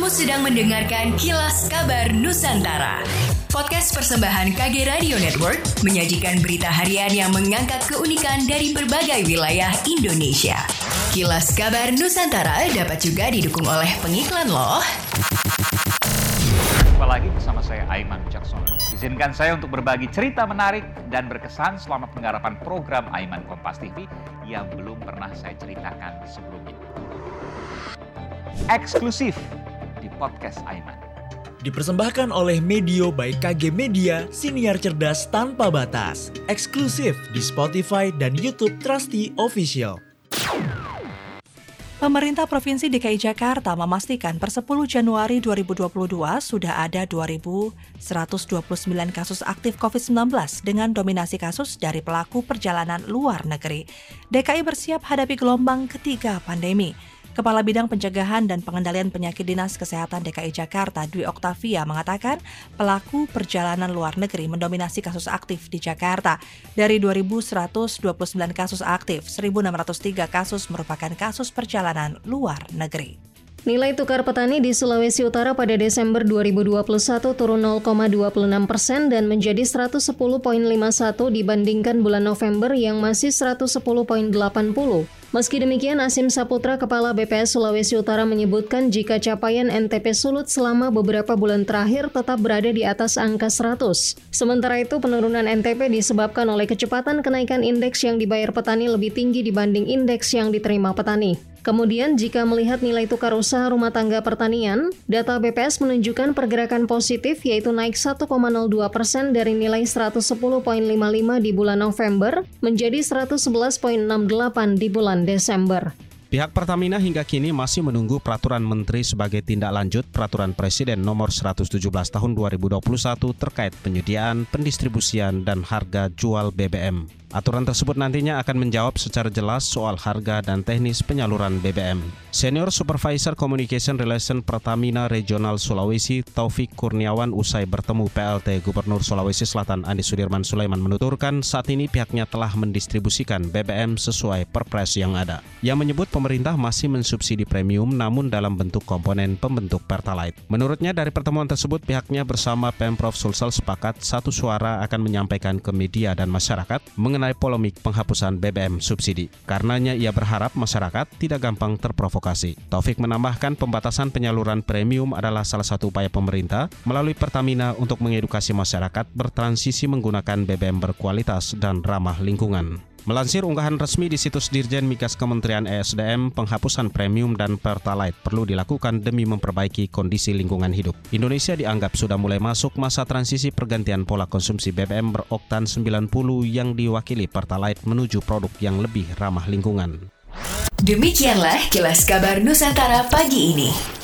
Kamu sedang mendengarkan Kilas Kabar Nusantara. Podcast persembahan KG Radio Network menyajikan berita harian yang mengangkat keunikan dari berbagai wilayah Indonesia. Kilas Kabar Nusantara dapat juga didukung oleh pengiklan loh. Apalagi bersama saya Aiman Jackson. Izinkan saya untuk berbagi cerita menarik dan berkesan selama penggarapan program Aiman Kompas TV yang belum pernah saya ceritakan sebelumnya. Eksklusif di podcast Aiman. Dipersembahkan oleh Medio by KG Media, siniar cerdas tanpa batas. Eksklusif di Spotify dan YouTube Trusty Official. Pemerintah Provinsi DKI Jakarta memastikan per 10 Januari 2022 sudah ada 2.129 kasus aktif COVID-19 dengan dominasi kasus dari pelaku perjalanan luar negeri. DKI bersiap hadapi gelombang ketiga pandemi. Kepala Bidang Pencegahan dan Pengendalian Penyakit Dinas Kesehatan DKI Jakarta, Dwi Oktavia, mengatakan pelaku perjalanan luar negeri mendominasi kasus aktif di Jakarta. Dari 2.129 kasus aktif, 1.603 kasus merupakan kasus perjalanan luar negeri. Nilai tukar petani di Sulawesi Utara pada Desember 2021 turun 0,26% dan menjadi 110,51 dibandingkan bulan November yang masih 110,80. Meski demikian, Asim Saputra, Kepala BPS Sulawesi Utara menyebutkan jika capaian NTP Sulut selama beberapa bulan terakhir tetap berada di atas angka 100. Sementara itu, penurunan NTP disebabkan oleh kecepatan kenaikan indeks yang dibayar petani lebih tinggi dibanding indeks yang diterima petani. Kemudian, jika melihat nilai tukar usaha rumah tangga pertanian, data BPS menunjukkan pergerakan positif yaitu naik 1,02% dari nilai 110,55 di bulan November menjadi 111,68 di bulan Desember. Pihak Pertamina hingga kini masih menunggu peraturan Menteri sebagai tindak lanjut Peraturan Presiden Nomor 117 Tahun 2021 terkait penyediaan, pendistribusian, dan harga jual BBM. Aturan tersebut nantinya akan menjawab secara jelas soal harga dan teknis penyaluran BBM. Senior Supervisor Communication Relation Pertamina Regional Sulawesi, Taufik Kurniawan, usai bertemu PLT Gubernur Sulawesi Selatan Andi Sudirman Sulaiman menuturkan saat ini pihaknya telah mendistribusikan BBM sesuai perpres yang ada. Yang menyebut pemerintah masih mensubsidi premium namun dalam bentuk komponen pembentuk Pertalite. Menurutnya dari pertemuan tersebut pihaknya bersama Pemprov Sulsel sepakat satu suara akan menyampaikan ke media dan masyarakat mengenai polemik penghapusan BBM subsidi. Karenanya ia berharap masyarakat tidak gampang terprovokasi. Taufik menambahkan pembatasan penyaluran premium adalah salah satu upaya pemerintah melalui Pertamina untuk mengedukasi masyarakat bertransisi menggunakan BBM berkualitas dan ramah lingkungan. Melansir unggahan resmi di situs Dirjen Migas Kementerian ESDM, penghapusan premium dan Pertalite perlu dilakukan demi memperbaiki kondisi lingkungan hidup. Indonesia dianggap sudah mulai masuk masa transisi pergantian pola konsumsi BBM beroktan 90 yang diwakili Pertalite menuju produk yang lebih ramah lingkungan. Demikianlah Kilas Kabar Nusantara pagi ini.